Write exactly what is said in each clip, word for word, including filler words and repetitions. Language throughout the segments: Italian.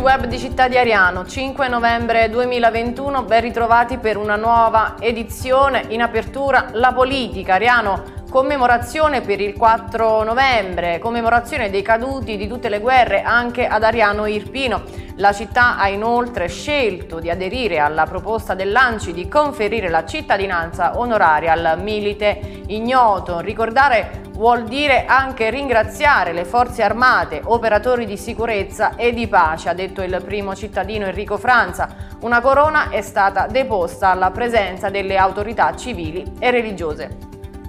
web di Città di Ariano, cinque novembre duemilaventuno, ben ritrovati per una nuova edizione. In apertura la politica. Ariano, commemorazione per il quattro novembre, commemorazione dei caduti di tutte le guerre anche ad Ariano Irpino. La città ha inoltre scelto di aderire alla proposta dell'ANCI di conferire la cittadinanza onoraria al milite ignoto. Ricordare vuol dire anche ringraziare le forze armate, operatori di sicurezza e di pace, ha detto il primo cittadino Enrico Franza. Una corona è stata deposta alla presenza delle autorità civili e religiose.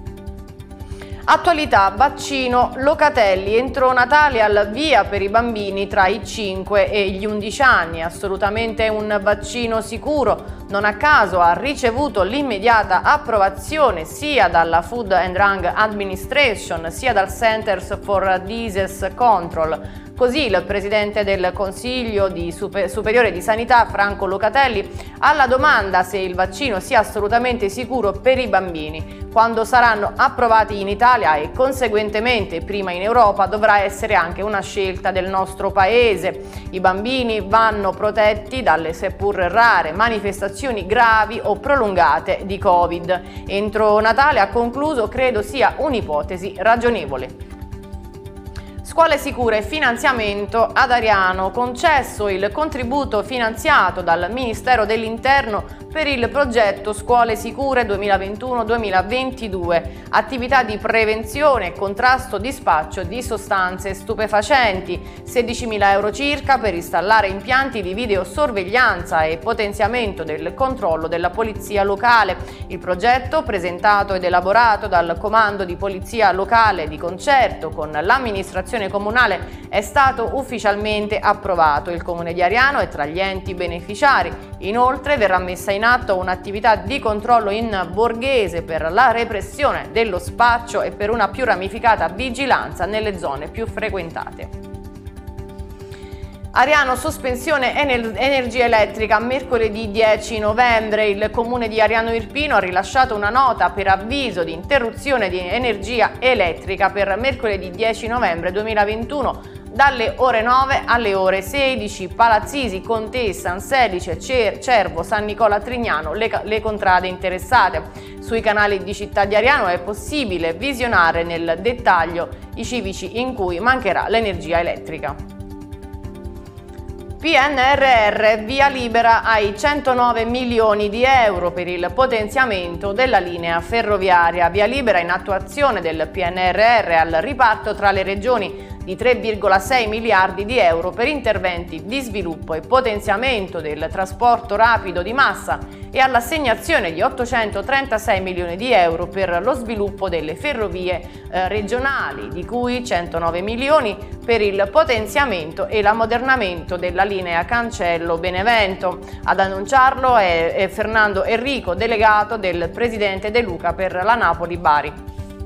Attualità, vaccino Locatelli, entro Natale al via per i bambini tra i cinque e gli undici anni, assolutamente un vaccino sicuro. Non a caso ha ricevuto l'immediata approvazione sia dalla Food and Drug Administration sia dal Centers for Disease Control. Così il presidente del Consiglio di Super- Superiore di Sanità, Franco Locatelli, alla domanda se il vaccino sia assolutamente sicuro per i bambini, quando saranno approvati in Italia e conseguentemente prima in Europa, dovrà essere anche una scelta del nostro paese. I bambini vanno protetti dalle seppur rare manifestazioni gravi o prolungate di Covid. Entro Natale, ha concluso, credo sia un'ipotesi ragionevole. Scuole sicure, finanziamento ad Ariano, concesso il contributo finanziato dal Ministero dell'Interno per il progetto Scuole Sicure duemilaventuno duemilaventidue, attività di prevenzione e contrasto di spaccio di sostanze stupefacenti, sedicimila euro circa per installare impianti di videosorveglianza e potenziamento del controllo della polizia locale. Il progetto, presentato ed elaborato dal Comando di Polizia Locale di concerto con l'amministrazione comunale, è stato ufficialmente approvato. Il Comune di Ariano è tra gli enti beneficiari. Inoltre verrà messa in atto un'attività di controllo in borghese per la repressione dello spaccio e per una più ramificata vigilanza nelle zone più frequentate. Ariano, sospensione ener- energia elettrica. Mercoledì dieci novembre il comune di Ariano Irpino ha rilasciato una nota per avviso di interruzione di energia elettrica per mercoledì dieci novembre duemilaventuno dalle ore nove alle ore sedici. Palazzisi, Conte, San Selice, Cer- Cervo, San Nicola Trignano, le, le contrade interessate. Sui canali di Città di Ariano è possibile visionare nel dettaglio i civici in cui mancherà l'energia elettrica. P N R R, via libera ai centonove milioni di euro per il potenziamento della linea ferroviaria. Via libera in attuazione del P N R R al riparto tra le regioni di tre virgola sei miliardi di euro per interventi di sviluppo e potenziamento del trasporto rapido di massa e all'assegnazione di ottocentotrentasei milioni di euro per lo sviluppo delle ferrovie eh, regionali, di cui centonove milioni per il potenziamento e l'ammodernamento della linea Cancello-Benevento. Ad annunciarlo è, è Fernando Enrico, delegato del presidente De Luca per la Napoli-Bari.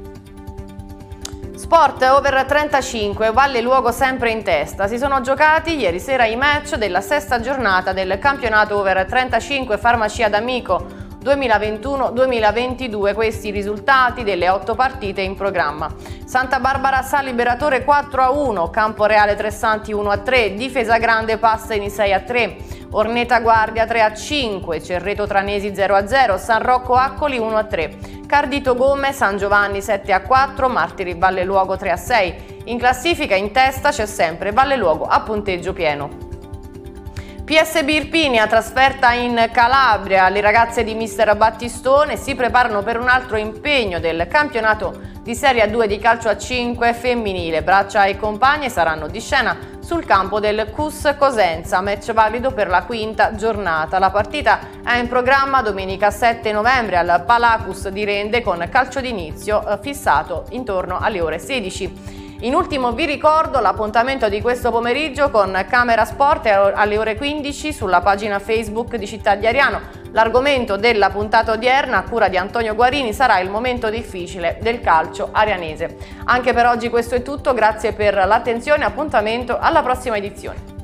Sport over trentacinque, Valle Luogo sempre in testa. Si sono giocati ieri sera i match della sesta giornata del campionato over trentacinque Farmacia d'Amico duemilaventuno duemilaventidue. Questi i risultati delle otto partite in programma. Santa Barbara San Liberatore quattro a uno, Camporeale Tressanti uno a tre, Difesa Grande Passeni sei a tre, Orneta Guardia tre a cinque, Cerreto Tranesi zero a zero, San Rocco Accoli uno a tre, Cardito Gome San Giovanni sette a quattro, Martiri Valle Luogo tre a sei. In classifica in testa c'è sempre Valle Luogo a punteggio pieno. P S B Irpinia, trasferta in Calabria. Le ragazze di mister Battistone si preparano per un altro impegno del campionato di Serie A due di calcio a cinque femminile. Braccia e compagne saranno di scena sul campo del C U S Cosenza, match valido per la quinta giornata. La partita è in programma domenica sette novembre al Palacus di Rende con calcio d'inizio fissato intorno alle ore sedici. In ultimo vi ricordo l'appuntamento di questo pomeriggio con Camera Sport alle ore quindici sulla pagina Facebook di Città di Ariano. L'argomento della puntata odierna, a cura di Antonio Guarini, sarà il momento difficile del calcio arianese. Anche per oggi questo è tutto, grazie per l'attenzione, appuntamento alla prossima edizione.